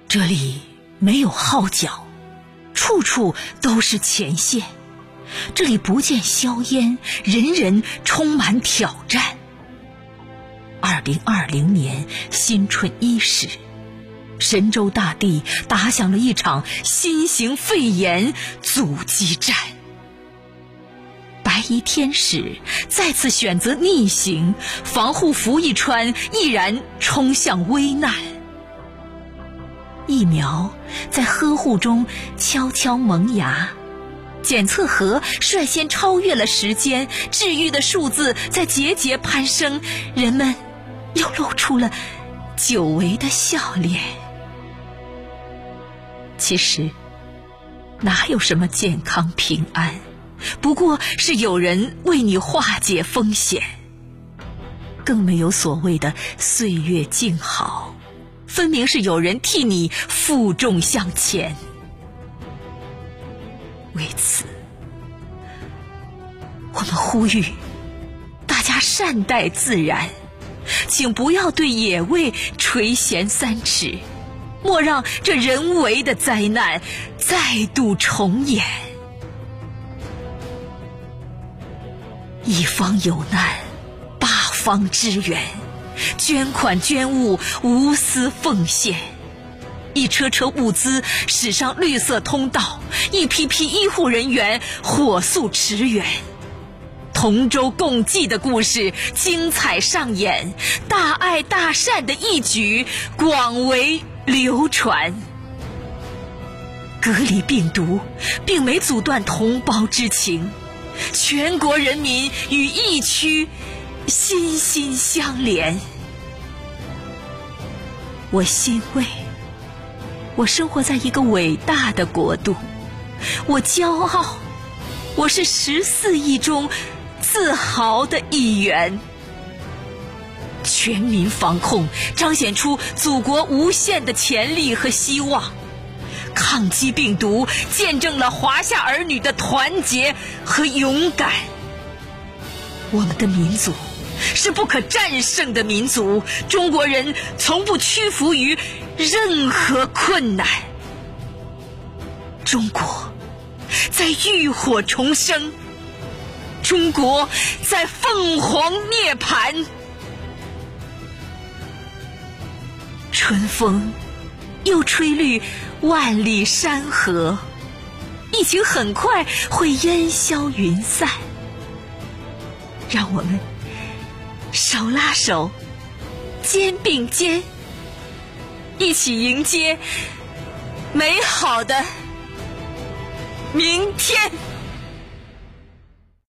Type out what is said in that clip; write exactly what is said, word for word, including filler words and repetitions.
这里没有号角，处处都是前线。这里不见硝烟，人人充满挑战。二零二零年新春伊始，神州大地打响了一场新型肺炎阻击战。白衣天使再次选择逆行，防护服一穿，毅然冲向危难。疫苗在呵护中悄悄萌芽，检测盒率先超越了时间，治愈的数字在节节攀升，人们又露出了久违的笑脸。其实哪有什么健康平安，不过是有人为你化解风险，更没有所谓的岁月静好，分明是有人替你负重向前。为此，我们呼吁大家善待自然，请不要对野味垂涎三尺，莫让这人为的灾难再度重演。一方有难，八方支援，捐款捐物无私奉献，一车车物资驶上绿色通道，一批批医护人员火速驰援，同舟共济的故事精彩上演，大爱大善的义举广为流传。隔离病毒并没阻断同胞之情，全国人民与疫区心心相连。我欣慰，我生活在一个伟大的国度，我骄傲，我是十四亿中自豪的一员。全民防控彰显出祖国无限的潜力和希望，抗击病毒见证了华夏儿女的团结和勇敢。我们的民族是不可战胜的民族，中国人从不屈服于任何困难。中国在浴火重生，中国在凤凰涅槃。春风又吹绿万里山河，疫情很快会烟消云散。让我们手拉手，肩并肩，一起迎接美好的明天。